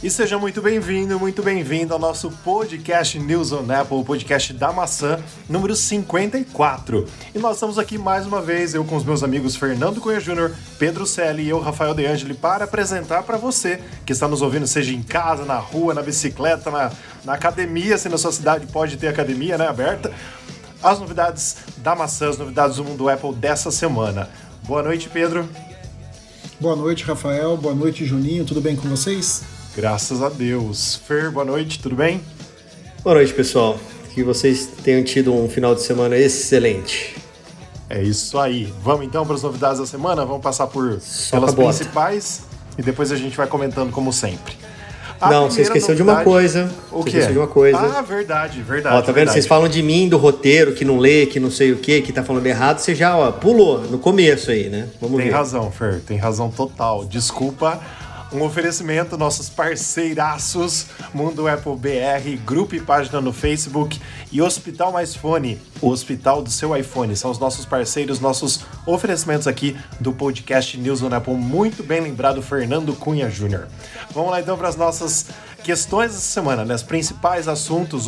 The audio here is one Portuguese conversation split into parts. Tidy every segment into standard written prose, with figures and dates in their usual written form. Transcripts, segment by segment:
E seja muito bem-vindo ao nosso podcast News on Apple, o podcast da maçã, número 54. E nós estamos aqui mais uma vez, eu com os meus amigos Fernando Cunha Júnior, Pedro Celli e eu, Rafael De Angeli, para apresentar para você que está nos ouvindo, seja em casa, na rua, na bicicleta, na academia, se na sua cidade pode ter academia, né, aberta, as novidades da maçã, as novidades do mundo Apple dessa semana. Boa noite, Pedro. Boa noite, Rafael. Boa noite, Juninho. Tudo bem com vocês? Graças a Deus. Fer, boa noite, tudo bem? Boa noite, pessoal. Que vocês tenham tido um final de semana excelente. É isso aí. Vamos então para as novidades da semana? Vamos passar pelas principais e depois a gente vai comentando como sempre. Não, você esqueceu de uma coisa. O quê? Esqueceu de uma coisa. Ah, verdade. Ó, tá vendo? Verdade. Vocês falam de mim, do roteiro, que não lê, que não sei o quê, que tá falando errado. Você já, pulou no começo aí, né? Vamos ver. Tem razão, Fer. Tem razão total. Desculpa. Um oferecimento, nossos parceiraços, Mundo Apple BR, grupo e página no Facebook e Hospital Mais Fone, o hospital do seu iPhone. São os nossos parceiros, nossos oferecimentos aqui do podcast News on Apple. Muito bem lembrado, Fernando Cunha Júnior. Vamos lá então para as nossas questões dessa semana, né? Os principais assuntos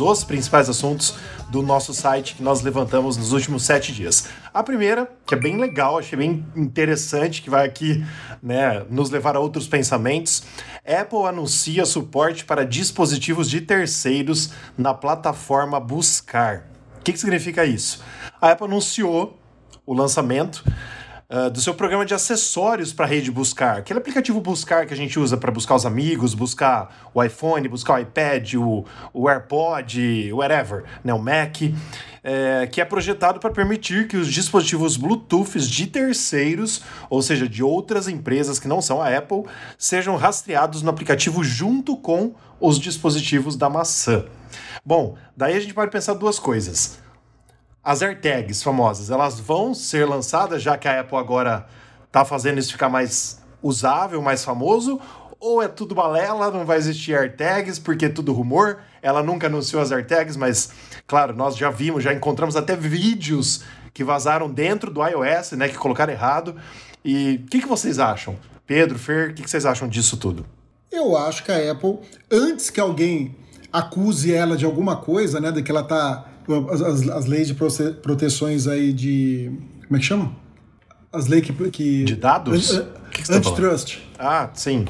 do nosso site que nós levantamos nos últimos 7 dias. A primeira, que é bem legal, achei bem interessante, que vai aqui, né, nos levar a outros pensamentos. Apple anuncia suporte para dispositivos de terceiros na plataforma Buscar. O que significa isso? A Apple anunciou o lançamento do seu programa de acessórios para a rede Buscar. Aquele aplicativo Buscar que a gente usa para buscar os amigos, buscar o iPhone, buscar o iPad, o AirPod, whatever, né, o Mac, que é projetado para permitir que os dispositivos Bluetooth de terceiros, ou seja, de outras empresas que não são a Apple, sejam rastreados no aplicativo junto com os dispositivos da maçã. Bom, daí a gente pode pensar duas coisas. As AirTags famosas, elas vão ser lançadas, já que a Apple agora está fazendo isso ficar mais usável, mais famoso, ou é tudo balela, não vai existir AirTags, porque é tudo rumor, ela nunca anunciou as AirTags, mas, claro, nós já vimos, já encontramos até vídeos que vazaram dentro do iOS, né, que colocaram errado. E o que vocês acham? Pedro, Fer, o que vocês acham disso tudo? Eu acho que a Apple, antes que alguém acuse ela de alguma coisa, né, de que ela tá... As leis de proteções aí de... Como é que chama? As leis que de dados? Antitrust. Ah, sim.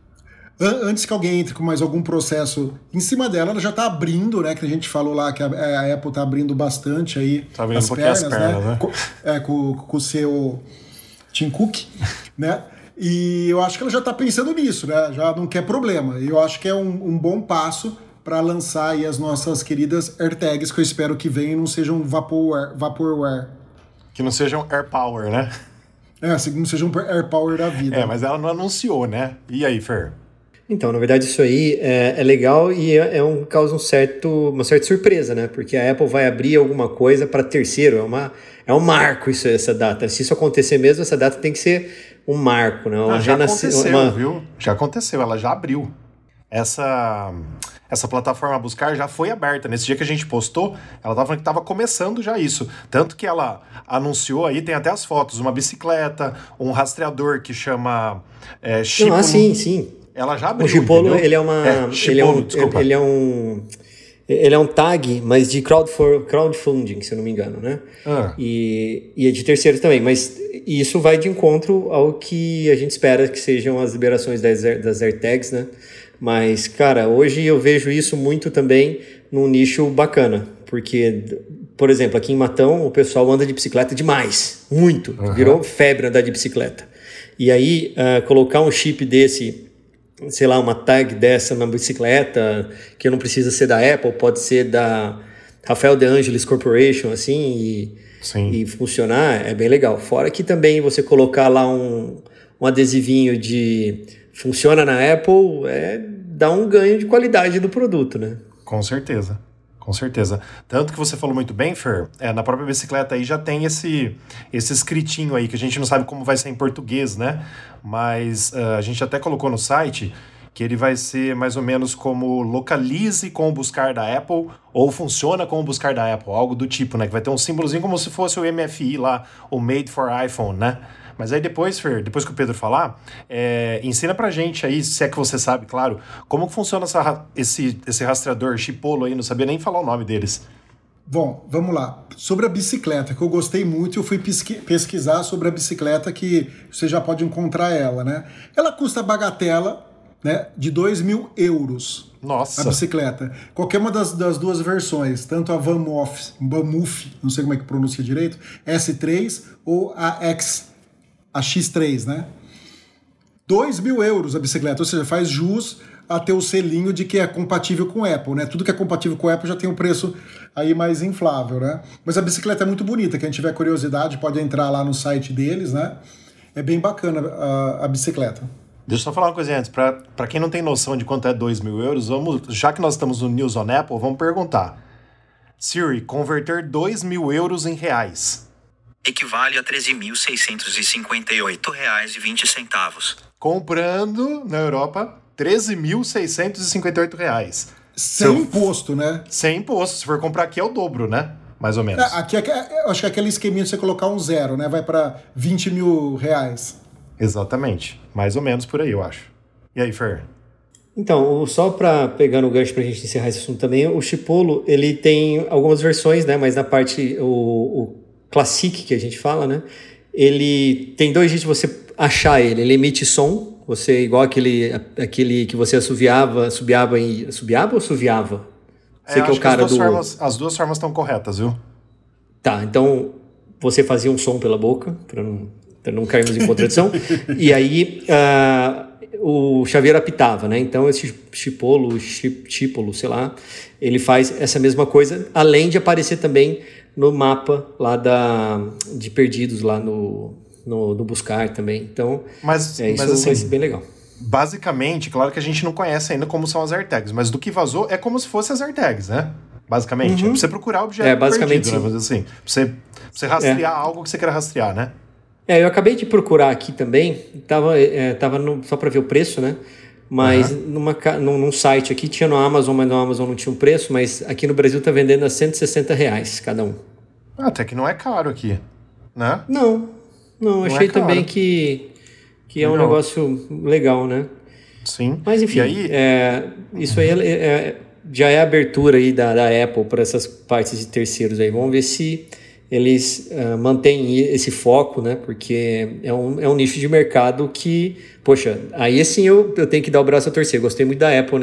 Antes que alguém entre com mais algum processo em cima dela, ela já tá abrindo, né? Que a gente falou lá que a Apple tá abrindo bastante aí tá abrindo as pernas, né? Com o seu Tim Cook, né? E eu acho que ela já tá pensando nisso, né? Já não quer problema. E eu acho que é um bom passo para lançar aí as nossas queridas AirTags, que eu espero que venham e não sejam Vaporware. Que não sejam AirPower, né? Não sejam AirPower da vida. Mas ela não anunciou, né? E aí, Fer? Então, na verdade, isso aí é legal e causa uma certa surpresa, né? Porque a Apple vai abrir alguma coisa para terceiro, é um marco essa data. Se isso acontecer mesmo, essa data tem que ser um marco, né? Já aconteceu, viu? Já aconteceu, ela já abriu. Essa plataforma Buscar já foi aberta. Nesse dia que a gente postou, ela estava falando que estava começando já isso. Tanto que ela anunciou aí, tem até as fotos, uma bicicleta, um rastreador que chama Chipolo. Sim. Ela já abriu, o Chipolo, ele é um tag, mas de crowdfunding, se eu não me engano, né? E é de terceiros também, mas isso vai de encontro ao que a gente espera que sejam as liberações das AirTags, né? Mas, cara, hoje eu vejo isso muito também num nicho bacana, porque, por exemplo, aqui em Matão o pessoal anda de bicicleta demais, muito, virou febre andar de bicicleta. E aí, colocar um chip desse, sei lá, uma tag dessa na bicicleta, que não precisa ser da Apple, pode ser da Rafael De Angelis Corporation, assim, e funcionar, é bem legal. Fora que também você colocar lá um adesivinho de... Funciona na Apple, dá um ganho de qualidade do produto, né? Com certeza. Tanto que você falou muito bem, Fer, na própria bicicleta aí já tem esse escritinho aí, que a gente não sabe como vai ser em português, né? Mas a gente até colocou no site que ele vai ser mais ou menos como localize com o buscar da Apple ou funciona com o buscar da Apple, algo do tipo, né? Que vai ter um símbolozinho como se fosse o MFI lá, o Made for iPhone, né? Mas aí depois, Fer, depois que o Pedro falar, ensina pra gente aí, se é que você sabe, claro, como que funciona esse rastreador Chipolo aí, não sabia nem falar o nome deles. Bom, vamos lá. Sobre a bicicleta, que eu gostei muito, eu fui pesquisar sobre a bicicleta, que você já pode encontrar ela, né? Ela custa bagatela, né, de 2.000 euros. Nossa! A bicicleta. Qualquer uma das duas versões, tanto a VanMoof, não sei como é que pronuncia direito, S3 ou a X3, né? 2.000 euros a bicicleta, ou seja, faz jus a ter o selinho de que é compatível com Apple, né? Tudo que é compatível com Apple já tem um preço aí mais inflável, né? Mas a bicicleta é muito bonita, quem tiver curiosidade pode entrar lá no site deles, né? É bem bacana a bicicleta. Deixa eu só falar uma coisa antes, para quem não tem noção de quanto é 2.000 euros, já que nós estamos no News on Apple, vamos perguntar. Siri, converter 2.000 euros em reais. Equivale a R$ 13.658,20. Comprando na Europa, R$ 13.658. Sem imposto, né? Sem imposto. Se for comprar aqui é o dobro, né? Mais ou menos. Aqui, eu acho que é aquele esqueminha de você colocar um zero, né? Vai para 20 mil reais. Exatamente. Mais ou menos por aí, eu acho. E aí, Fer? Então, só para pegar no gancho para a gente encerrar esse assunto também, o Chipolo, ele tem algumas versões, né? Mas na parte, o Classic, que a gente fala, né? Ele tem dois jeitos de você achar ele. Ele emite som, você igual aquele que você assobiava ou assoviava? Sei que é o cara as duas formas estão corretas, viu? Tá, então você fazia um som pela boca, para não cairmos em contradição, e aí o chaveiro apitava, né? Então esse Chipolo, sei lá, ele faz essa mesma coisa, além de aparecer também no mapa lá de perdidos lá no buscar também. Então, isso assim, vai ser bem legal. Basicamente, claro que a gente não conhece ainda como são as AirTags, mas do que vazou é como se fossem as AirTags, né? Basicamente. Uhum. É pra você procurar objeto basicamente, perdido, né? Assim, pra você rastrear algo que você quer rastrear, né? Eu acabei de procurar aqui também, tava só para ver o preço, né? Mas num site aqui tinha no Amazon, mas no Amazon não tinha um preço, mas aqui no Brasil tá vendendo a R$160 cada um. Até que não é caro aqui, né? Não achei também que é um negócio legal, né? Sim. Mas enfim, e aí? Isso aí já é a abertura aí da Apple para essas partes de terceiros aí. Vamos ver se eles mantêm esse foco, né? Porque é um nicho de mercado que, poxa, aí assim eu tenho que dar o braço a torcer. Gostei muito da Apple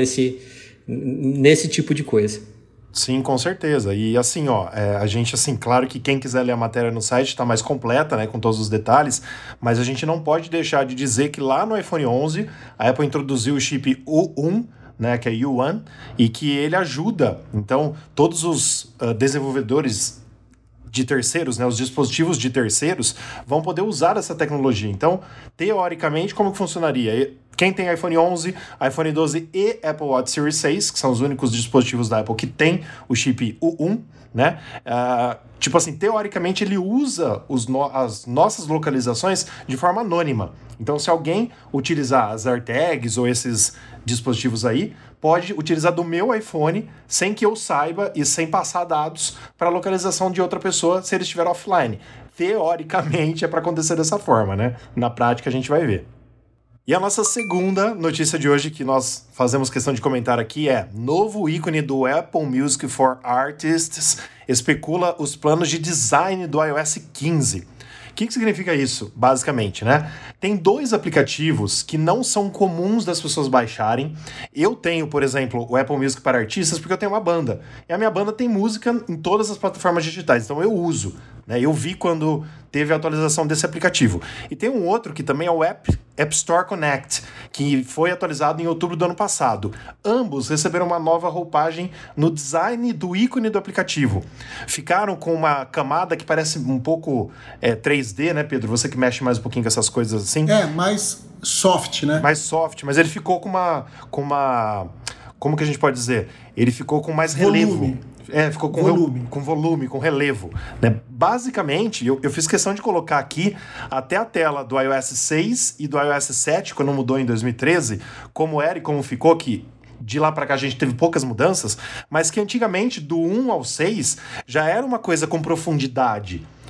nesse tipo de coisa. Sim, com certeza. E assim, a gente, assim, claro que quem quiser ler a matéria no site está mais completa, né, com todos os detalhes, mas a gente não pode deixar de dizer que lá no iPhone 11, a Apple introduziu o chip U1, né, que é U1, e que ele ajuda, então, todos os desenvolvedores de terceiros, né, os dispositivos de terceiros, vão poder usar essa tecnologia. Então, teoricamente, como que funcionaria? Quem tem iPhone 11, iPhone 12 e Apple Watch Series 6, que são os únicos dispositivos da Apple que tem o chip U1, né? Tipo assim, teoricamente ele usa as nossas localizações de forma anônima. Então, se alguém utilizar as AirTags ou esses dispositivos aí, pode utilizar do meu iPhone sem que eu saiba e sem passar dados para a localização de outra pessoa se ele estiver offline. Teoricamente é para acontecer dessa forma, né? Na prática a gente vai ver. E a nossa segunda notícia de hoje que nós fazemos questão de comentar aqui é: novo ícone do Apple Music for Artists especula os planos de design do iOS 15. O que significa isso, basicamente, né? Tem dois aplicativos que não são comuns das pessoas baixarem. Eu tenho, por exemplo, o Apple Music para artistas porque eu tenho uma banda. E a minha banda tem música em todas as plataformas digitais, então eu uso, né? Eu vi quando teve a atualização desse aplicativo. E tem um outro que também é o App Store Connect, que foi atualizado em outubro do ano passado. Ambos receberam uma nova roupagem no design do ícone do aplicativo. Ficaram com uma camada que parece um pouco 3D, né, Pedro? Você que mexe mais um pouquinho com essas coisas assim. Mais soft, né? Mais soft, mas ele ficou com uma... Como que a gente pode dizer? Ele ficou com mais relevo. Ficou com volume, com relevo, né? Basicamente, eu fiz questão de colocar aqui até a tela do iOS 6 e do iOS 7, quando mudou em 2013, como era e como ficou, que de lá para cá a gente teve poucas mudanças, mas que antigamente, do 1 ao 6, já era uma coisa com profundidade.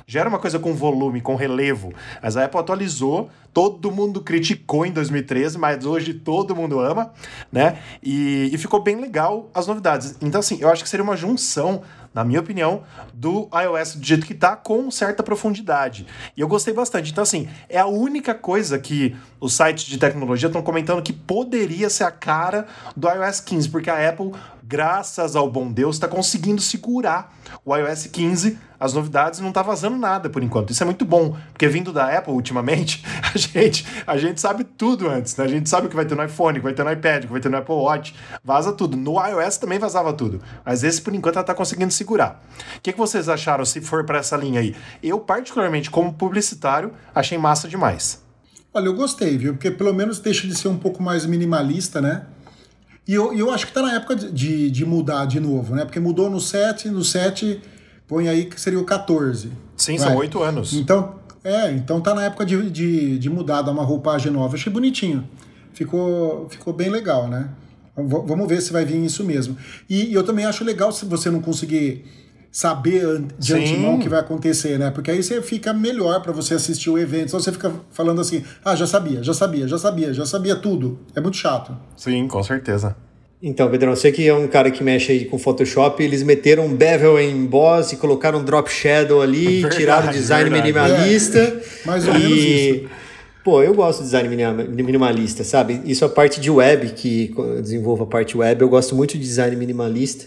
já era uma coisa com volume, com relevo. Mas a Apple atualizou, todo mundo criticou em 2013, mas hoje todo mundo ama, né? E ficou bem legal as novidades. Então, assim, eu acho que seria uma junção, na minha opinião, do iOS do jeito que tá, com certa profundidade. E eu gostei bastante. Então, assim, é a única coisa que os sites de tecnologia estão comentando que poderia ser a cara do iOS 15, porque a Apple, graças ao bom Deus, está conseguindo segurar o iOS 15, as novidades, não tá vazando nada por enquanto. Isso é muito bom, porque vindo da Apple ultimamente, a gente sabe tudo antes, né? A gente sabe o que vai ter no iPhone, o que vai ter no iPad, o que vai ter no Apple Watch, vaza tudo. No iOS também vazava tudo, mas esse por enquanto ela tá conseguindo segurar. O que vocês acharam se for para essa linha aí? Eu, particularmente, como publicitário, achei massa demais. Olha, eu gostei, viu? Porque pelo menos deixa de ser um pouco mais minimalista, né? E eu acho que tá na época de mudar de novo, né? Porque mudou no 7 põe aí que seria o 14. Sim, são 8 anos. Então tá na época de mudar, dar uma roupagem nova. Achei bonitinho. Ficou bem legal, né? Vamos ver se vai vir isso mesmo. E eu também acho legal se você não conseguir saber de antemão o que vai acontecer, né? Porque aí você fica melhor para você assistir o evento. Então você fica falando assim, já sabia tudo. É muito chato. Sim, com certeza. Então, Pedrão, você que é um cara que mexe aí com Photoshop, eles meteram um bevel em emboss e colocaram um drop shadow ali, tiraram o design minimalista. Mais ou menos isso. Pô, eu gosto de design minimalista, sabe? Isso é a parte de web, que eu desenvolvo a parte web, eu gosto muito de design minimalista,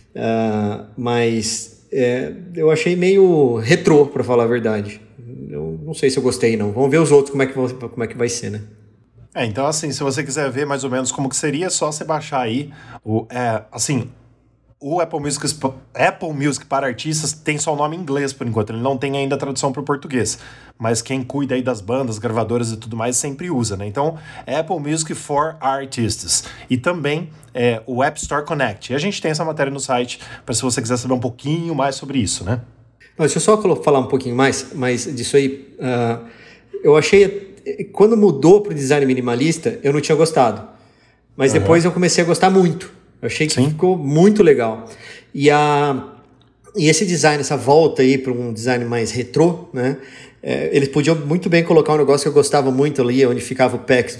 mas eu achei meio retrô, pra falar a verdade. Eu não sei se eu gostei, não. Vamos ver os outros como é que vai ser, né? Então, assim, se você quiser ver mais ou menos como que seria, é só você baixar aí o Apple Music para artistas tem só o nome em inglês por enquanto, ele não tem ainda a tradução para o português, mas quem cuida aí das bandas, gravadoras e tudo mais sempre usa, né? Então, Apple Music for Artists e também o App Store Connect. E a gente tem essa matéria no site para se você quiser saber um pouquinho mais sobre isso, né? Deixa eu só falar um pouquinho mais disso aí. Eu achei, quando mudou para o design minimalista, eu não tinha gostado, mas depois eu comecei a gostar muito. Eu achei que ficou muito legal. E esse design, essa volta aí para um design mais retrô, né? Eles podiam muito bem colocar um negócio que eu gostava muito ali, onde ficava o pack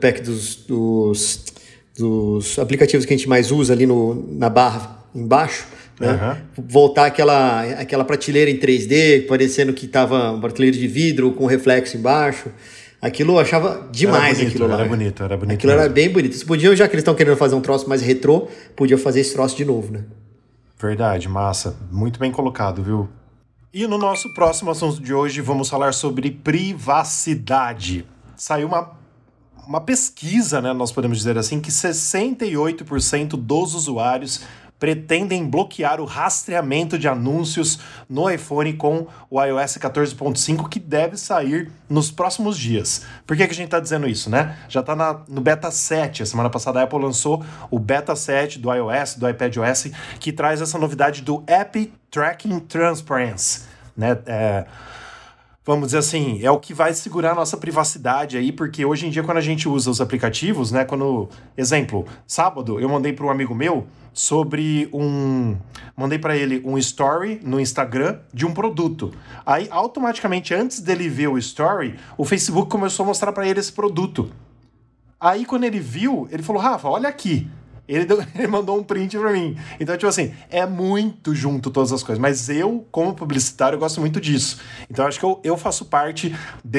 dos aplicativos que a gente mais usa ali na barra embaixo, né? Voltar aquela prateleira em 3D, parecendo que estava uma prateleira de vidro com reflexo embaixo. Aquilo eu achava demais. Era bonito. Aquilo mesmo. Era bem bonito. Eles podiam, já que eles estão querendo fazer um troço mais retrô, podiam fazer esse troço de novo, né? Verdade, massa. Muito bem colocado, viu? E no nosso próximo assunto de hoje, vamos falar sobre privacidade. Saiu uma pesquisa, né, nós podemos dizer assim, que 68% dos usuários pretendem bloquear o rastreamento de anúncios no iPhone com o iOS 14.5, que deve sair nos próximos dias. Por que a gente está dizendo isso, né? Já está no Beta 7. A semana passada a Apple lançou o Beta 7 do iOS, do iPadOS, que traz essa novidade do App Tracking Transparency, né? Vamos dizer assim, é o que vai segurar a nossa privacidade aí, porque hoje em dia quando a gente usa os aplicativos, né, exemplo, sábado eu mandei para um amigo meu mandei para ele um story no Instagram de um produto. Aí automaticamente antes dele ver o story, o Facebook começou a mostrar para ele esse produto. Aí quando ele viu, ele falou: Rafa, olha aqui. Ele mandou um print pra mim. Então, tipo assim, é muito junto todas as coisas. Mas eu, como publicitário, eu gosto muito disso. Então, acho que eu faço parte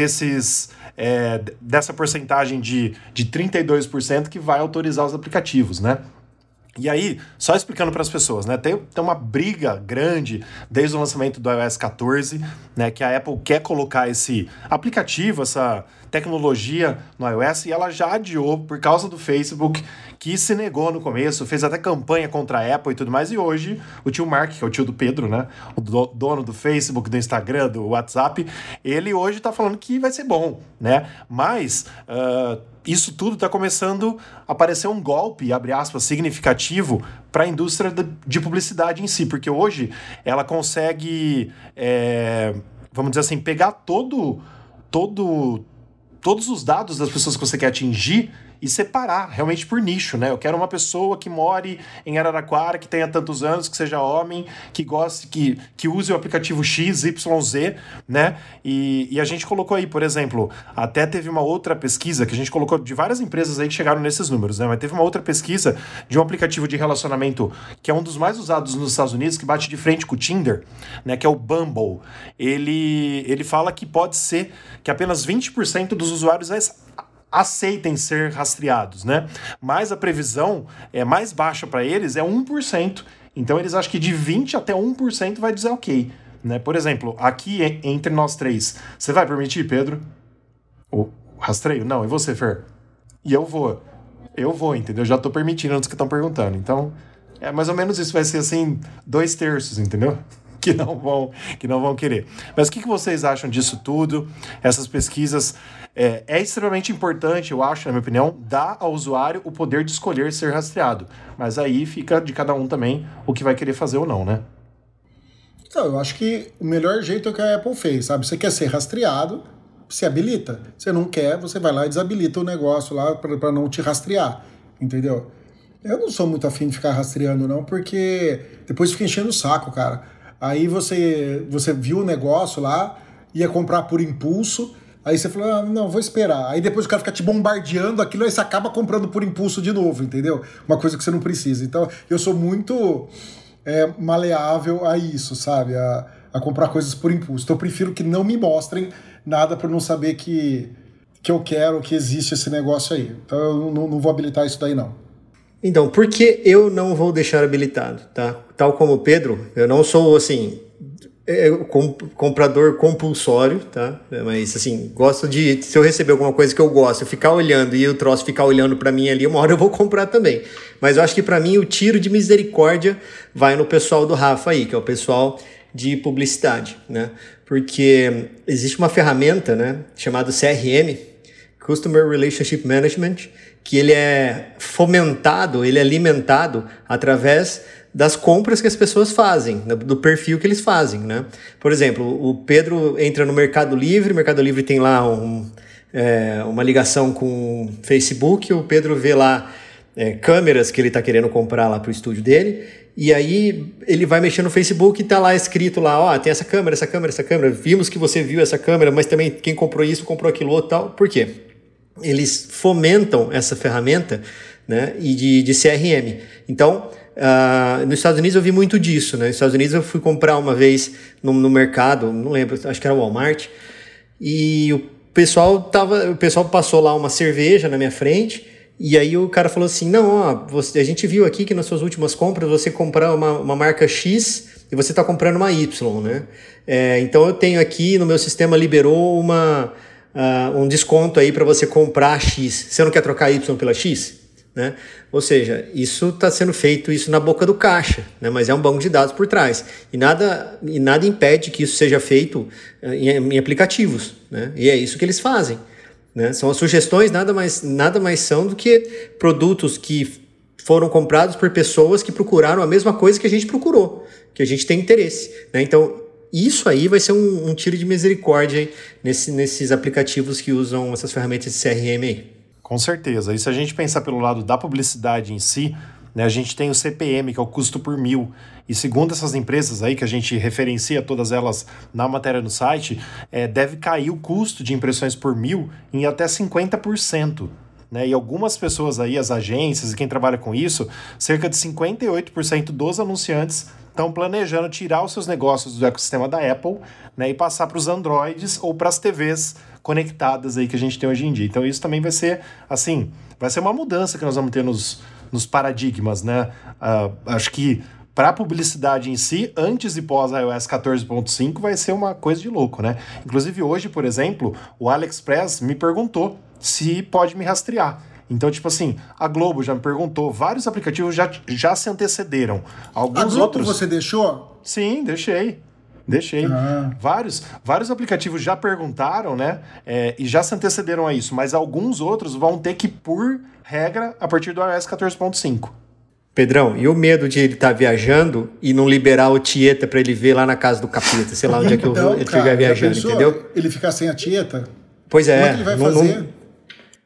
dessa porcentagem de 32% que vai autorizar os aplicativos, né? E aí, só explicando para as pessoas, né? Tem uma briga grande desde o lançamento do iOS 14, né? Que a Apple quer colocar esse aplicativo, essa tecnologia no iOS, e ela já adiou por causa do Facebook, que se negou no começo, fez até campanha contra a Apple e tudo mais, e hoje o tio Mark, que é o tio do Pedro, né? O dono do Facebook, do Instagram, do WhatsApp, ele hoje tá falando que vai ser bom, né? Mas isso tudo está começando a parecer um golpe, abre aspas, significativo para a indústria de publicidade em si, porque hoje ela consegue, vamos dizer assim, pegar todos os dados das pessoas que você quer atingir e separar realmente por nicho, né? Eu quero uma pessoa que more em Araraquara, que tenha tantos anos, que seja homem, que goste, que use o aplicativo XYZ, né? E a gente colocou aí, por exemplo, até teve uma outra pesquisa que a gente colocou de várias empresas aí que chegaram nesses números, né? Mas teve uma outra pesquisa de um aplicativo de relacionamento que é um dos mais usados nos Estados Unidos, que bate de frente com o Tinder, né? Que é o Bumble. Ele fala que pode ser que apenas 20% dos usuários aceitem ser rastreados, né? Mas a previsão é mais baixa para eles, é 1%. Então eles acham que de 20% até 1% vai dizer ok, né? Por exemplo, aqui entre nós três, você vai permitir, Pedro? O rastreio? Não, e você, Fer? E eu vou, entendeu? Já tô permitindo antes que estão perguntando. Então, é mais ou menos isso, vai ser assim, 2/3, entendeu? Que não vão querer. Mas o que vocês acham disso tudo? Essas pesquisas é extremamente importante, eu acho, na minha opinião, dar ao usuário o poder de escolher ser rastreado. Mas aí fica de cada um também o que vai querer fazer ou não, né? Então, eu acho que o melhor jeito é o que a Apple fez, sabe? Você quer ser rastreado, se habilita. Você não quer, você vai lá e desabilita o negócio lá para não te rastrear, entendeu? Eu não sou muito afim de ficar rastreando, não, porque depois fica enchendo o saco, cara. Aí você viu o negócio lá, ia comprar por impulso, aí você falou, não, vou esperar. Aí depois o cara fica te bombardeando aquilo, aí você acaba comprando por impulso de novo, entendeu? Uma coisa que você não precisa. Então, eu sou muito maleável a isso, sabe? A comprar coisas por impulso. Então, eu prefiro que não me mostrem nada para não saber que eu quero, que existe esse negócio aí. Então, eu não vou habilitar isso daí, não. Então, por que eu não vou deixar habilitado, tá? Tal como o Pedro, eu não sou, assim, comprador compulsório, tá? Mas, assim, gosto de... Se eu receber alguma coisa que eu gosto, eu ficar olhando e o troço ficar olhando pra mim ali, uma hora eu vou comprar também. Mas eu acho que pra mim o tiro de misericórdia vai no pessoal do Rafa aí, que é o pessoal de publicidade, né? Porque existe uma ferramenta, né, chamada CRM, Customer Relationship Management, que ele é fomentado, ele é alimentado através das compras que as pessoas fazem, do perfil que eles fazem, né? Por exemplo, o Pedro entra no Mercado Livre, o Mercado Livre tem lá uma ligação com o Facebook, o Pedro vê lá câmeras que ele está querendo comprar lá para o estúdio dele, e aí ele vai mexer no Facebook e está lá escrito lá, tem essa câmera, vimos que você viu essa câmera, mas também quem comprou isso, comprou aquilo outro, tal. Por quê? Eles fomentam essa ferramenta, né, e de CRM. Então, nos Estados Unidos eu vi muito disso, né? Nos Estados Unidos eu fui comprar uma vez no mercado, não lembro, acho que era Walmart, e o pessoal passou lá uma cerveja na minha frente, e aí o cara falou assim, não, a gente viu aqui que nas suas últimas compras você comprou uma marca X e você está comprando uma Y, né? Então eu tenho aqui, no meu sistema liberou um desconto aí para você comprar X. Você não quer trocar Y pela X? Né? Ou seja, isso está sendo feito isso na boca do caixa, né? Mas é um banco de dados por trás. E nada impede que isso seja feito em aplicativos, né? E é isso que eles fazem, né? São as sugestões, nada mais são do que produtos que foram comprados por pessoas que procuraram a mesma coisa que a gente procurou, que a gente tem interesse, né? Então, isso aí vai ser um tiro de misericórdia aí nesses aplicativos que usam essas ferramentas de CRM aí. Com certeza. E se a gente pensar pelo lado da publicidade em si, né, a gente tem o CPM, que é o custo por mil. E segundo essas empresas aí, que a gente referencia todas elas na matéria no site, deve cair o custo de impressões por mil em até 50%. Né? E algumas pessoas aí, as agências e quem trabalha com isso, cerca de 58% dos anunciantes estão planejando tirar os seus negócios do ecossistema da Apple, né, e passar para os Androids ou para as TVs conectadas aí que a gente tem hoje em dia. Então isso também vai ser, assim, vai ser uma mudança que nós vamos ter nos paradigmas, né? Acho que para a publicidade em si, antes e pós iOS 14.5, vai ser uma coisa de louco, né? Inclusive hoje, por exemplo, o AliExpress me perguntou se pode me rastrear. Então, tipo assim, a Globo já me perguntou, vários aplicativos já se antecederam. Alguns a Globo outros... você deixou? Sim, deixei. Vários aplicativos já perguntaram, né? E já se antecederam a isso, mas alguns outros vão ter que, por regra, a partir do iOS 14.5. Pedrão, e o medo de ele estar viajando e não liberar o Tieta para ele ver lá na casa do capeta, sei lá onde é que ele estiver viajando, entendeu? Ele ficar sem a Tieta? Pois é. Como é que ele vai fazer?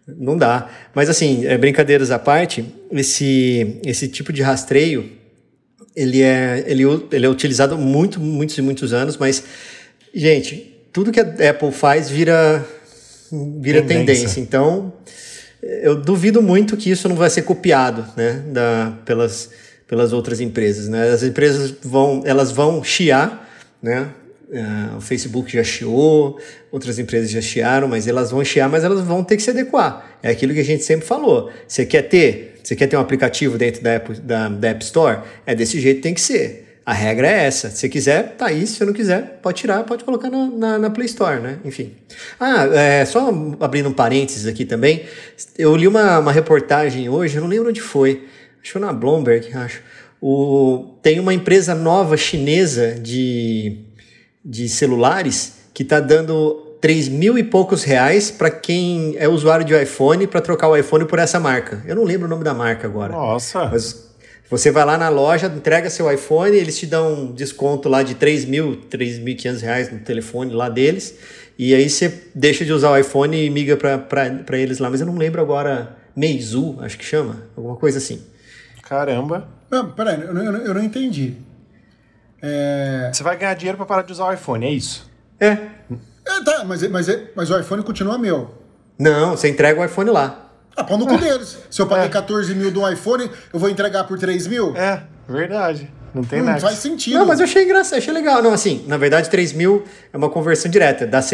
Não dá. Mas assim, brincadeiras à parte, esse tipo de rastreio, ele é utilizado muitos e muitos anos, mas, gente, tudo que a Apple faz vira tendência. Então, eu duvido muito que isso não vai ser copiado, né, pelas outras empresas, né? As empresas vão chiar, né? O Facebook já chiou, outras empresas já chiaram, mas elas vão chiar, mas elas vão ter que se adequar. É aquilo que a gente sempre falou. Você quer ter um aplicativo dentro da App Store? É desse jeito que tem que ser. A regra é essa. Se quiser, tá aí. Se não quiser, pode tirar, pode colocar na Play Store, né? Enfim. Só abrindo um parênteses aqui também, eu li uma reportagem hoje, eu não lembro onde foi, acho que foi na Bloomberg, acho. Tem uma empresa nova chinesa de celulares que está dando 3 mil e poucos reais para quem é usuário de iPhone para trocar o iPhone por essa marca. Eu não lembro o nome da marca agora. Nossa! Mas você vai lá na loja, entrega seu iPhone, eles te dão um desconto lá de 3.500 reais no telefone lá deles, e aí você deixa de usar o iPhone e migra para eles lá. Mas eu não lembro agora, Meizu, acho que chama, alguma coisa assim. Caramba! Não, peraí, eu não entendi. Você vai ganhar dinheiro para parar de usar o iPhone, é isso? Tá, mas o iPhone continua meu. Não, você entrega o iPhone lá. Pau no cu deles. Se eu paguei 14 mil de um iPhone, eu vou entregar por 3 mil? Verdade. Não tem nada. nada. Não faz sentido. Não, mas eu achei engraçado, achei legal. Não, assim, na verdade 3 mil é uma conversão direta, dá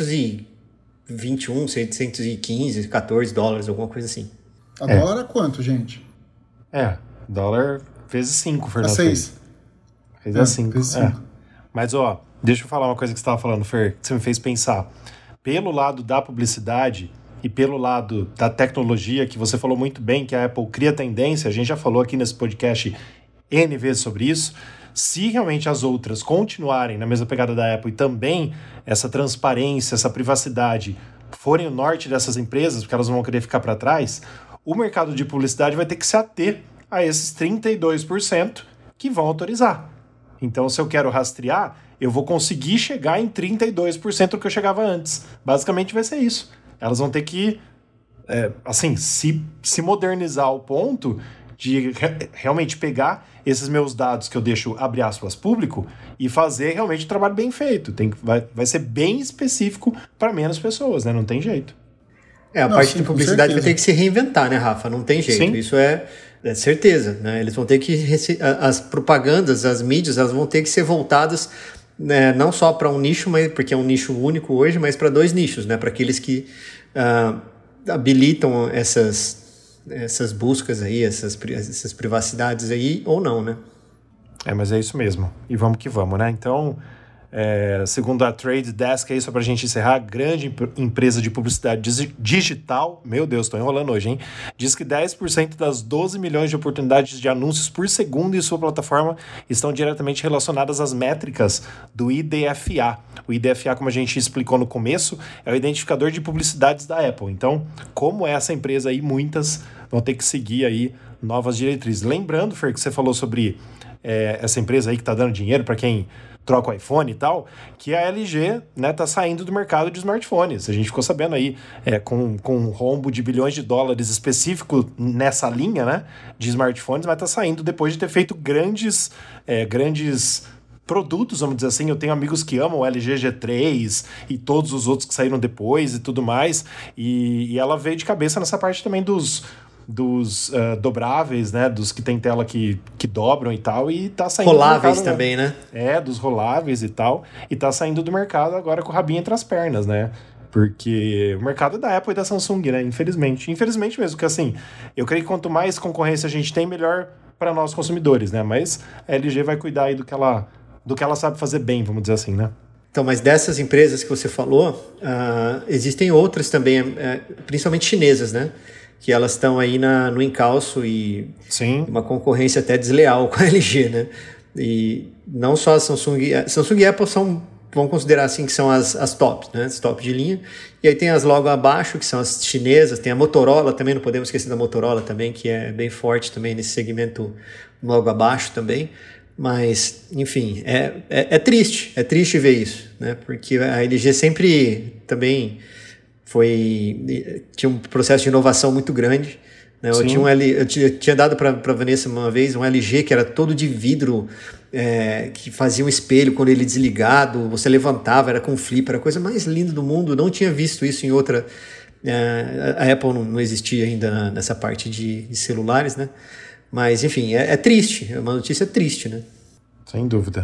621, 615, 14 dólares, alguma coisa assim. A dólar é quanto, gente? Dólar vezes 5, Fernando. 6. Vezes 5. Mas, deixa eu falar uma coisa que você estava falando, Fer, que você me fez pensar. Pelo lado da publicidade e pelo lado da tecnologia, que você falou muito bem, que a Apple cria tendência, a gente já falou aqui nesse podcast N vezes sobre isso. Se realmente as outras continuarem na mesma pegada da Apple e também essa transparência, essa privacidade forem o norte dessas empresas, porque elas não vão querer ficar para trás, o mercado de publicidade vai ter que se ater a esses 32% que vão autorizar. Então, se eu quero rastrear, eu vou conseguir chegar em 32% do que eu chegava antes. Basicamente vai ser isso. Elas vão ter que, se modernizar ao ponto de realmente pegar esses meus dados que eu deixo, abre aspas, público, e fazer realmente um trabalho bem feito. Vai ser bem específico para menos pessoas, né? Não tem jeito. A parte de publicidade vai ter que se reinventar, né, Rafa? Não tem jeito. Sim. Isso é certeza, né? Eles vão ter que... As propagandas, as mídias, elas vão ter que ser voltadas, né, não só para um nicho, porque é um nicho único hoje, mas para 2 nichos, né? Para aqueles que habilitam essas buscas aí, essas privacidades aí, ou não, né? Mas é isso mesmo. E vamos que vamos, né? Então... segundo a Trade Desk, aí só pra gente encerrar, grande empresa de publicidade digital, meu Deus, tô enrolando hoje, hein? Diz que 10% das 12 milhões de oportunidades de anúncios por segundo em sua plataforma estão diretamente relacionadas às métricas do IDFA. O IDFA, como a gente explicou no começo, é o identificador de publicidades da Apple. Então, como é essa empresa aí, muitas vão ter que seguir aí novas diretrizes. Lembrando, Fer, que você falou sobre essa empresa aí que tá dando dinheiro para quem troca o iPhone e tal, que a LG, né, tá saindo do mercado de smartphones. A gente ficou sabendo aí, com um rombo de bilhões de dólares específico nessa linha, né, de smartphones, mas tá saindo depois de ter feito grandes produtos, vamos dizer assim. Eu tenho amigos que amam o LG G3 e todos os outros que saíram depois e tudo mais, e ela veio de cabeça nessa parte também dos dobráveis, né? Dos que tem tela que dobram e tal, e tá saindo roláveis do mercado, também, né? Dos roláveis e tal, e tá saindo do mercado agora com o rabinho entre as pernas, né? Porque o mercado é da Apple e da Samsung, né? Infelizmente mesmo, que assim, eu creio que quanto mais concorrência a gente tem, melhor para nós consumidores, né? Mas a LG vai cuidar aí do que ela sabe fazer bem, vamos dizer assim, né? Então, mas dessas empresas que você falou, existem outras também, principalmente chinesas, né? Que elas estão aí no encalço e Sim. Uma concorrência até desleal com a LG, né? E não só a Samsung e Apple vamos considerar assim que são as tops, né? As top de linha. E aí tem as logo abaixo, que são as chinesas, tem a Motorola também, não podemos esquecer da Motorola também, que é bem forte também nesse segmento logo abaixo também. Mas, enfim, é triste ver isso, né? Porque a LG sempre também tinha um processo de inovação muito grande. Né? Eu tinha dado para a Vanessa uma vez um LG que era todo de vidro, que fazia um espelho quando ele desligado, você levantava, era com flip, era a coisa mais linda do mundo. Não tinha visto isso em outra... a Apple não existia ainda nessa parte de celulares, né? Mas, enfim, é triste, é uma notícia triste, né? Sem dúvida.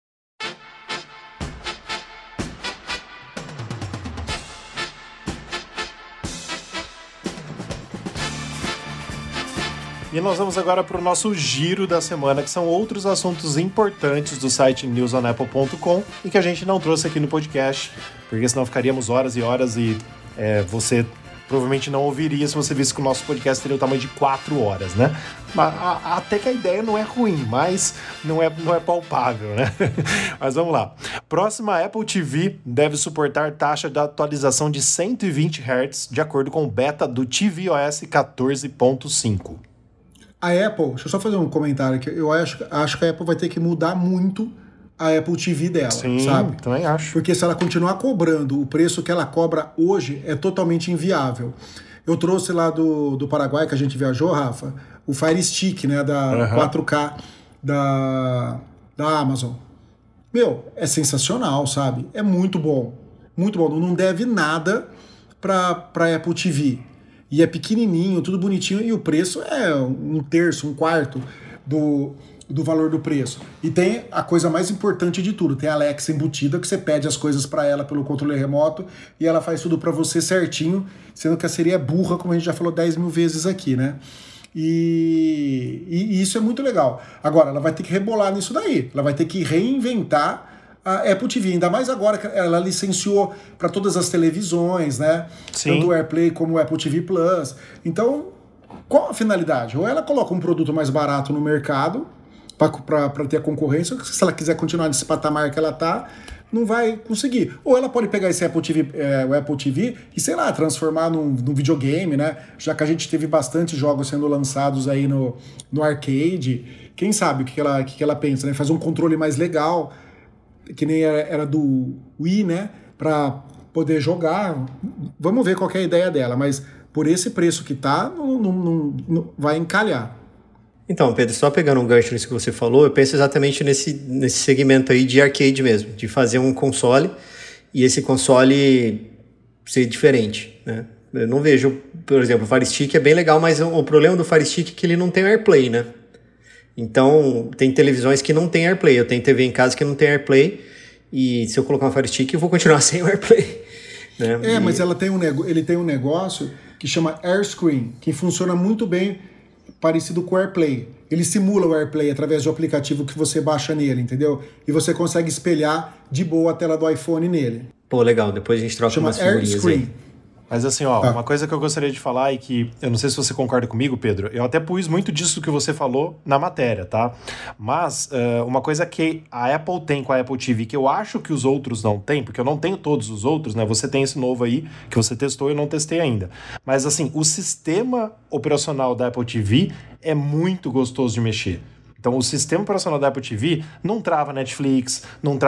E nós vamos agora para o nosso giro da semana, que são outros assuntos importantes do site newsonapple.com e que a gente não trouxe aqui no podcast, porque senão ficaríamos horas e horas e você provavelmente não ouviria se você visse que o nosso podcast teria o tamanho de 4 horas, né? Mas, até que a ideia não é ruim, mas não é palpável, né? Mas vamos lá. Próxima Apple TV deve suportar taxa de atualização de 120 Hz, de acordo com o beta do tvOS 14.5. A Apple, deixa eu só fazer um comentário aqui, eu acho que a Apple vai ter que mudar muito a Apple TV dela, sim, sabe? Também acho. Porque se ela continuar cobrando o preço que ela cobra hoje, é totalmente inviável. Eu trouxe lá do Paraguai, que a gente viajou, Rafa, o Fire Stick, né, da 4K da Amazon. Meu, é sensacional, sabe? É muito bom. Muito bom. Não deve nada pra Apple TV. E é pequenininho, tudo bonitinho, e o preço é 1/3, 1/4 do valor do preço. E tem a coisa mais importante de tudo, tem a Alexa embutida, que você pede as coisas para ela pelo controle remoto, e ela faz tudo para você certinho, sendo que a Siri é burra, como a gente já falou 10 mil vezes aqui, né? E isso é muito legal. Agora, ela vai ter que rebolar nisso daí, ela vai ter que reinventar a Apple TV, ainda mais agora que ela licenciou para todas as televisões, né? Sim. Tanto o AirPlay como o Apple TV Plus. Então, qual a finalidade? Ou ela coloca um produto mais barato no mercado para ter a concorrência, se ela quiser continuar nesse patamar que ela tá, não vai conseguir. Ou ela pode pegar esse Apple TV, o Apple TV e, sei lá, transformar num videogame, né? Já que a gente teve bastante jogos sendo lançados aí no arcade. Quem sabe o que ela pensa, né? Fazer um controle mais legal, que nem era do Wii, né? Para poder jogar. Vamos ver qual que é a ideia dela, mas por esse preço que tá, não vai encalhar. Então, Pedro, só pegando um gancho nisso que você falou, eu penso exatamente nesse segmento aí de arcade mesmo, de fazer um console e esse console ser diferente, né? Eu não vejo, por exemplo, o Fire Stick é bem legal, mas o problema do Fire Stick é que ele não tem AirPlay, né? Então, tem televisões que não tem AirPlay. Eu tenho TV em casa que não tem AirPlay e se eu colocar um Fire Stick, eu vou continuar sem o AirPlay. Né? Mas ele tem um negócio que chama AirScreen, que funciona muito bem parecido com o AirPlay. Ele simula o AirPlay através do aplicativo que você baixa nele, entendeu? E você consegue espelhar de boa a tela do iPhone nele. Pô, legal. Depois a gente troca umas figurinhas aí. Mas assim, uma coisa que eu gostaria de falar e que eu não sei se você concorda comigo, Pedro, eu até pus muito disso que você falou na matéria, tá? Mas uma coisa que a Apple tem com a Apple TV, que eu acho que os outros não têm, porque eu não tenho todos os outros, né? Você tem esse novo aí, que você testou e eu não testei ainda. Mas assim, o sistema operacional da Apple TV é muito gostoso de mexer. Então, o sistema operacional da Apple TV não trava Netflix,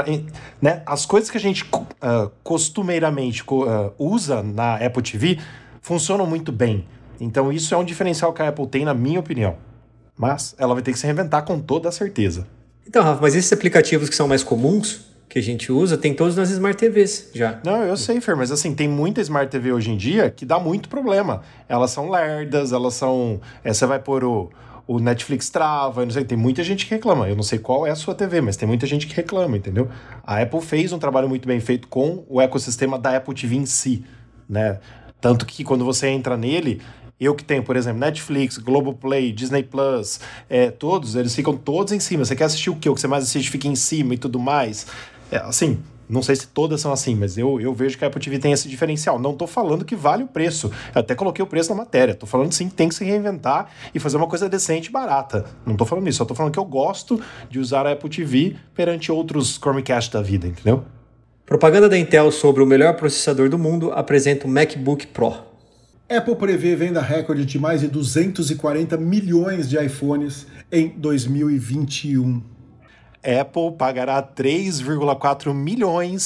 né? As coisas que a gente costumeiramente usa na Apple TV funcionam muito bem. Então, isso é um diferencial que a Apple tem, na minha opinião. Mas ela vai ter que se reinventar com toda a certeza. Então, Rafa, mas esses aplicativos que são mais comuns, que a gente usa, tem todos nas Smart TVs já. Não, eu sei, Fer, mas assim, tem muita Smart TV hoje em dia que dá muito problema. Elas são lerdas, elas são... Você vai pôr o Netflix trava, não sei, tem muita gente que reclama. Eu não sei qual é a sua TV, mas tem muita gente que reclama, entendeu? A Apple fez um trabalho muito bem feito com o ecossistema da Apple TV em si, né? Tanto que quando você entra nele, eu que tenho, por exemplo, Netflix, Globoplay, Disney Plus, todos, eles ficam todos em cima. Você quer assistir o quê? O que você mais assiste fica em cima e tudo mais. Assim, não sei se todas são assim, mas eu vejo que a Apple TV tem esse diferencial. Não tô falando que vale o preço. Eu até coloquei o preço na matéria. Tô falando sim que tem que se reinventar e fazer uma coisa decente e barata. Não tô falando isso. Só tô falando que eu gosto de usar a Apple TV perante outros Chromecast da vida, entendeu? Propaganda da Intel sobre o melhor processador do mundo apresenta o MacBook Pro. Apple prevê venda recorde de mais de 240 milhões de iPhones em 2021. Apple pagará 3,4 milhões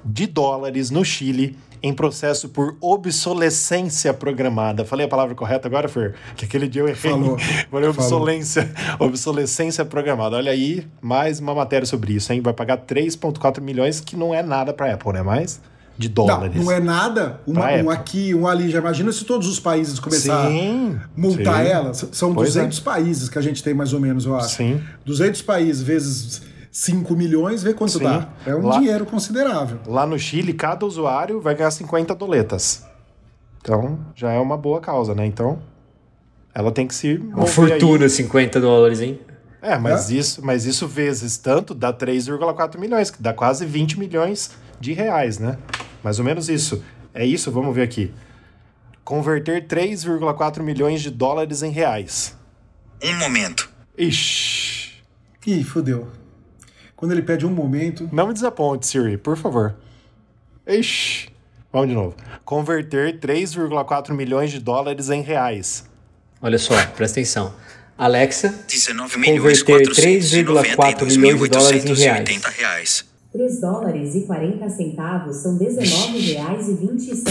de dólares no Chile em processo por obsolescência programada. Falei a palavra correta agora, Fer? Que aquele dia eu errei. Falei obsolescência programada. Olha aí, mais uma matéria sobre isso, hein? Vai pagar 3,4 milhões, que não é nada para a Apple, né? Mas de dólares. Não é nada. Um aqui, um ali. Já imagina se todos os países começarem a multar ela. São 200 países que a gente tem mais ou menos, eu acho. Sim. 200 países vezes 5 milhões, vê quanto dá. É um dinheiro considerável. Lá no Chile, cada usuário vai ganhar 50 doletas. Então, já é uma boa causa, né? Então, ela tem que se mover. Uma fortuna, aí. 50 dólares, hein? Mas isso vezes tanto dá 3,4 milhões, que dá quase 20 milhões de reais, né? Mais ou menos isso. É isso, vamos ver aqui. Converter 3,4 milhões de dólares em reais. Um momento. Ixi. Ih, fodeu. Quando ele pede um momento... Não me desaponte, Siri, por favor. Ixi. Vamos de novo. Converter 3,4 milhões de dólares em reais. Olha só, presta atenção. Alexa, 19 converter 3,4 milhões de dólares em reais. 3 dólares e 40 centavos são R$19,27.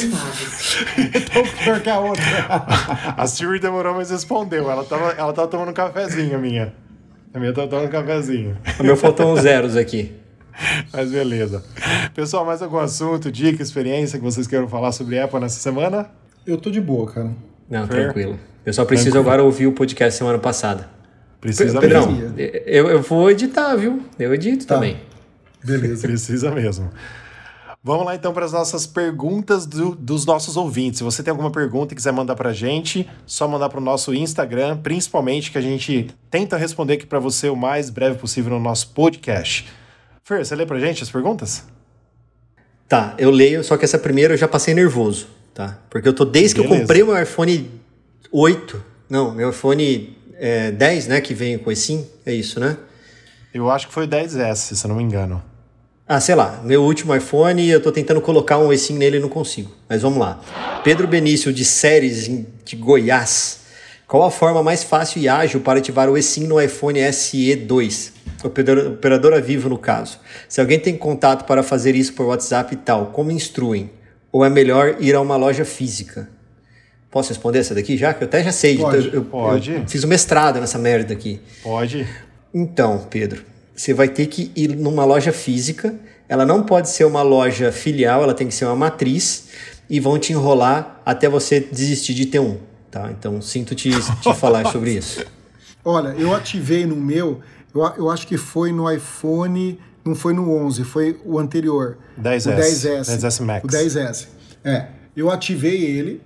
Então, pior que a outra. A Siri demorou, mas respondeu. Ela tava tomando um cafezinho, a minha. A minha tava tomando um cafezinho. O meu faltou uns zeros aqui. Mas beleza. Pessoal, mais algum assunto, dica, experiência que vocês queiram falar sobre Apple nessa semana? Eu tô de boa, cara. Não, tranquilo. Eu só preciso agora ouvir o podcast semana passada. Precisa Pedrão, mesmo. Eu vou editar, viu? Eu edito também. Beleza. Precisa mesmo. Vamos lá então para as nossas perguntas dos nossos ouvintes. Se você tem alguma pergunta e quiser mandar para a gente, só mandar para o nosso Instagram, principalmente, que a gente tenta responder aqui para você o mais breve possível no nosso podcast. Fer, você lê para a gente as perguntas? Tá, eu leio, só que essa primeira eu já passei nervoso, tá? Porque eu tô desde que eu comprei meu iPhone 8, não, meu iPhone 10, né, que vem com eSIM, é isso, né? Eu acho que foi o 10S, se eu não me engano. Ah, sei lá, meu último iPhone, eu tô tentando colocar um eSIM nele e não consigo. Mas vamos lá. Pedro Benício, de Séries, de Goiás. Qual a forma mais fácil e ágil para ativar o eSIM no iPhone SE 2? Operadora Vivo, no caso. Se alguém tem contato para fazer isso por WhatsApp e tal, como instruem? Ou é melhor ir a uma loja física? Posso responder essa daqui já? Que eu até já sei. Pode. Eu fiz um mestrado nessa merda aqui. Pode. Então, Pedro, você vai ter que ir numa loja física. Ela não pode ser uma loja filial, ela tem que ser uma matriz. E vão te enrolar até você desistir de ter um. Tá? Então, sinto te falar sobre isso. Olha, eu ativei no meu... Eu acho que foi no iPhone... Não foi no 11, foi o anterior. 10S. O 10S. 10S Max. O 10S. Eu ativei ele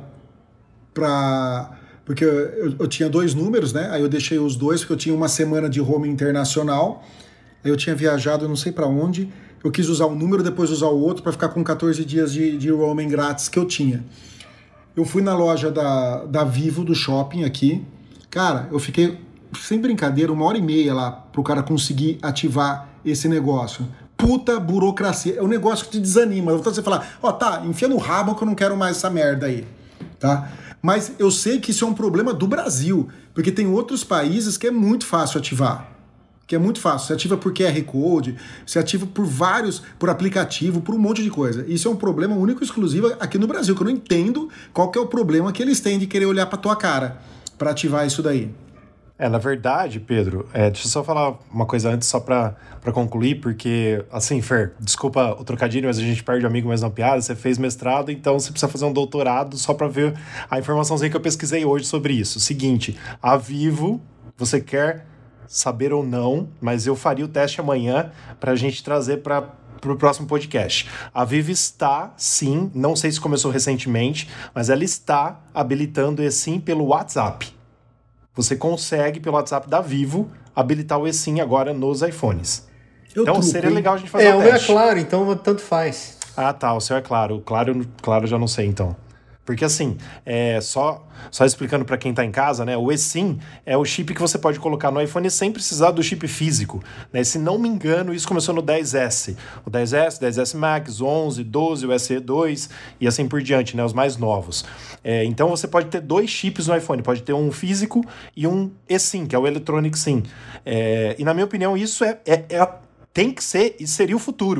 porque eu tinha 2 números, né? Aí eu deixei os 2 porque eu tinha uma semana de roaming internacional. Aí eu tinha viajado não sei para onde. Eu quis usar um número, depois usar o outro para ficar com 14 dias de roaming grátis que eu tinha. Eu fui na loja da Vivo, do shopping aqui. Cara, eu fiquei, sem brincadeira, 1h30 lá pro cara conseguir ativar esse negócio. Puta burocracia. É um negócio que te desanima. Então você falar, enfia no rabo que eu não quero mais essa merda aí. Tá? Mas eu sei que isso é um problema do Brasil, porque tem outros países que é muito fácil ativar. Que é muito fácil. Você ativa por QR Code, você ativa por aplicativo, por um monte de coisa. Isso é um problema único e exclusivo aqui no Brasil, que eu não entendo qual que é o problema que eles têm de querer olhar pra tua cara pra ativar isso daí. Na verdade, Pedro, deixa eu só falar uma coisa antes, só pra concluir, porque, assim, Fer, desculpa o trocadilho, mas a gente perde o amigo, mas não piada, você fez mestrado, então você precisa fazer um doutorado só pra ver a informaçãozinha que eu pesquisei hoje sobre isso. Seguinte, a Vivo, você quer saber ou não, mas eu faria o teste amanhã pra gente trazer pro próximo podcast. A Vivo está, sim, não sei se começou recentemente, mas ela está habilitando eSIM pelo WhatsApp. Você consegue, pelo WhatsApp da Vivo, habilitar o eSIM agora nos iPhones. Então seria legal a gente fazer o teste. O meu é claro, então tanto faz. Ah, tá, o seu é claro. O claro eu já não sei, então. Porque assim, só explicando para quem está em casa, né, o eSIM é o chip que você pode colocar no iPhone sem precisar do chip físico. Né? Se não me engano, isso começou no 10S. O 10S, 10S Max, o 11, 12, o SE2 e assim por diante, né, os mais novos. Então você pode ter 2 chips no iPhone, pode ter um físico e um eSIM, que é o Electronic SIM. E na minha opinião, isso tem que ser e seria o futuro.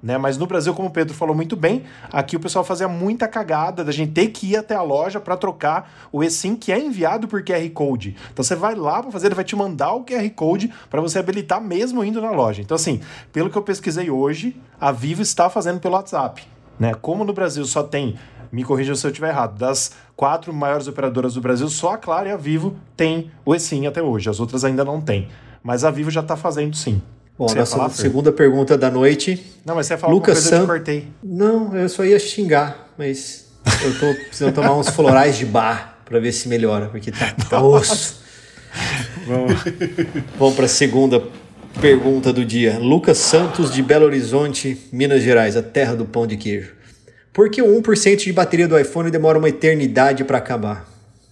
né? Mas no Brasil, como o Pedro falou muito bem, aqui o pessoal fazia muita cagada da gente ter que ir até a loja para trocar o eSIM que é enviado por QR Code. Então você vai lá para fazer, ele vai te mandar o QR Code para você habilitar mesmo indo na loja. Então assim, pelo que eu pesquisei hoje, a Vivo está fazendo pelo WhatsApp, né? Como no Brasil só tem, me corrija se eu estiver errado, das 4 maiores operadoras do Brasil, só a Claro e a Vivo tem o eSIM até hoje. As outras ainda não tem. Mas a Vivo já está fazendo sim. Bom, nossa segunda pergunta da noite. Não, mas você ia falar alguma coisa, eu te cortei. Não, eu só ia xingar, mas eu tô precisando tomar uns florais de bar para ver se melhora, porque tá osso. Vamos para a segunda pergunta do dia. Lucas Santos, de Belo Horizonte, Minas Gerais, a terra do pão de queijo. Por que o 1% de bateria do iPhone demora uma eternidade para acabar?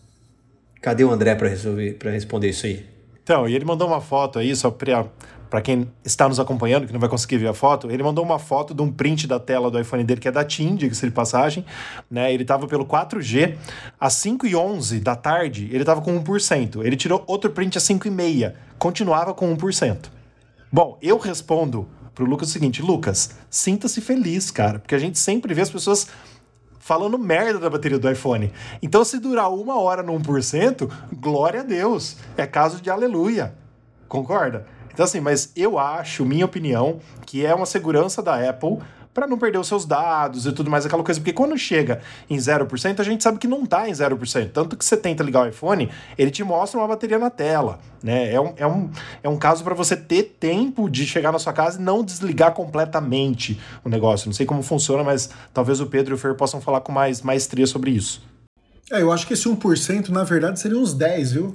Cadê o André para responder isso aí? Então, e ele mandou uma foto aí, só para quem está nos acompanhando, que não vai conseguir ver a foto, ele mandou uma foto de um print da tela do iPhone dele, que é da TIM, diga-se de passagem, né? Ele estava pelo 4G, às 5h11 da tarde, ele estava com 1%. Ele tirou outro print às 5h30, continuava com 1%. Bom, eu respondo pro Lucas o seguinte: Lucas, sinta-se feliz, cara, porque a gente sempre vê as pessoas falando merda da bateria do iPhone. Então, se durar 1 hora no 1%, glória a Deus, é caso de aleluia. Concorda? Então, assim, mas eu acho, minha opinião, que é uma segurança da Apple para não perder os seus dados e tudo mais, aquela coisa. Porque quando chega em 0%, a gente sabe que não tá em 0%. Tanto que você tenta ligar o iPhone, ele te mostra uma bateria na tela, né? É um caso para você ter tempo de chegar na sua casa e não desligar completamente o negócio. Não sei como funciona, mas talvez o Pedro e o Fer possam falar com mais maestria sobre isso. Eu acho que esse 1%, na verdade, seria uns 10, viu?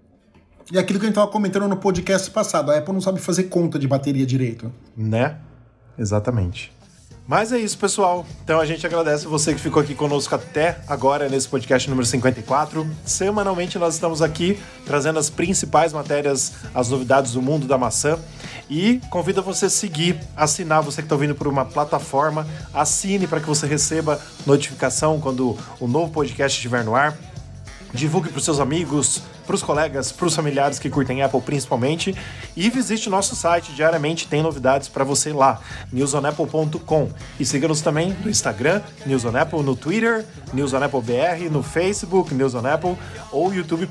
E aquilo que a gente estava comentando no podcast passado, a Apple não sabe fazer conta de bateria direito. Né? Exatamente. Mas é isso, pessoal. Então a gente agradece você que ficou aqui conosco até agora nesse podcast número 54. Semanalmente nós estamos aqui trazendo as principais matérias, as novidades do mundo da maçã. E convido você a seguir, assinar, você que está ouvindo por uma plataforma, assine para que você receba notificação quando o novo podcast estiver no ar. Divulgue para os seus amigos, para os colegas, para os familiares que curtem Apple principalmente. E visite o nosso site, diariamente tem novidades para você lá, newsonapple.com. E siga-nos também no Instagram, News on Apple, no Twitter, News on Apple BR, no Facebook, News on Apple, ou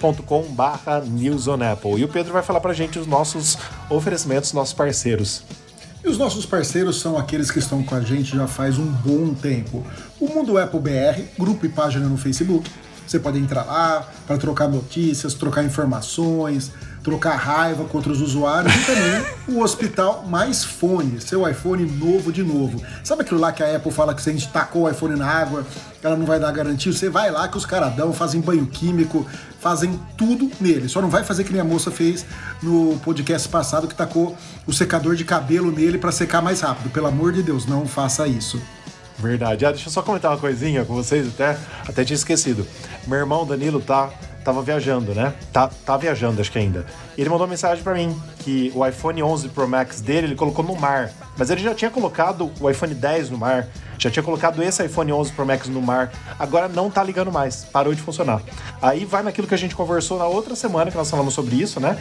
youtube.com/newsonapple. E o Pedro vai falar para a gente os nossos oferecimentos, nossos parceiros. E os nossos parceiros são aqueles que estão com a gente já faz um bom tempo. O Mundo Apple BR, grupo e página no Facebook. Você pode entrar lá para trocar notícias, trocar informações, trocar raiva com outros usuários e também o Hospital Mais Fone, seu iPhone novo de novo. Sabe aquilo lá que a Apple fala que se a gente tacou o iPhone na água, ela não vai dar garantia? Você vai lá que os caras dão, fazem banho químico, fazem tudo nele. Só não vai fazer que nem a moça fez no podcast passado que tacou o secador de cabelo nele para secar mais rápido. Pelo amor de Deus, não faça isso. Verdade. Deixa eu só comentar uma coisinha com vocês, até tinha esquecido. Meu irmão Danilo tava viajando, né? Tá viajando, acho que ainda. E ele mandou uma mensagem pra mim que o iPhone 11 Pro Max dele, ele colocou no mar. Mas ele já tinha colocado o iPhone 10 no mar, já tinha colocado esse iPhone 11 Pro Max no mar, agora não tá ligando mais, parou de funcionar. Aí vai naquilo que a gente conversou na outra semana, que nós falamos sobre isso, né?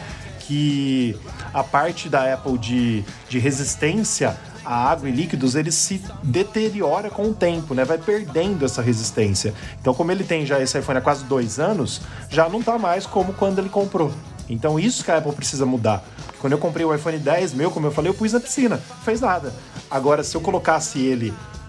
Que a parte da Apple de resistência a água e líquidos, ele se deteriora com o tempo, né? Vai perdendo essa resistência. Então, como ele tem já esse iPhone há quase 2 anos, já não tá mais como quando ele comprou. Então, isso que a Apple precisa mudar. Porque quando eu comprei o iPhone 10 meu, como eu falei, eu pus na piscina, não fez nada. Agora, se eu colocasse ele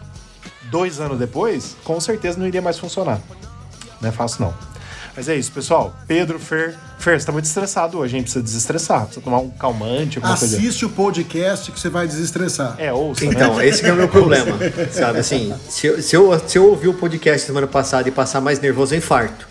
2 anos depois, com certeza não iria mais funcionar. Não é fácil, não. Mas é isso, pessoal. Pedro, Fer, você tá muito estressado hoje, hein? Precisa desestressar, precisa tomar um calmante, alguma coisa. Assiste o podcast que você vai desestressar. Ouça, então, né? Esse que é o meu problema, sabe? Assim, se eu ouvir o podcast semana passada e passar mais nervoso, eu infarto.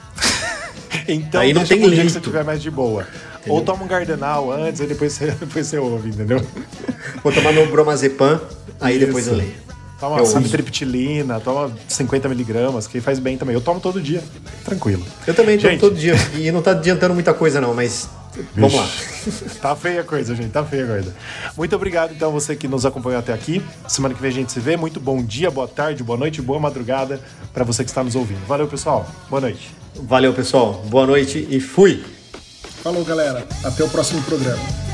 Então, aí não tem jeito que você estiver mais de boa. Entendeu? Ou toma um Gardenal antes, aí depois você ouve, entendeu? Vou tomar meu bromazepam, aí isso. Depois eu leio. Toma amitriptilina, toma 50mg, que faz bem também. Eu tomo todo dia, tranquilo. Eu também tomo todo dia, e não tá adiantando muita coisa não, mas vamos lá. Tá feia a coisa, gente, tá feia a coisa. Muito obrigado, então, você que nos acompanhou até aqui. Semana que vem a gente se vê. Muito bom dia, boa tarde, boa noite, boa madrugada para você que está nos ouvindo. Valeu, pessoal. Boa noite. Valeu, pessoal. Boa noite e fui. Falou, galera. Até o próximo programa.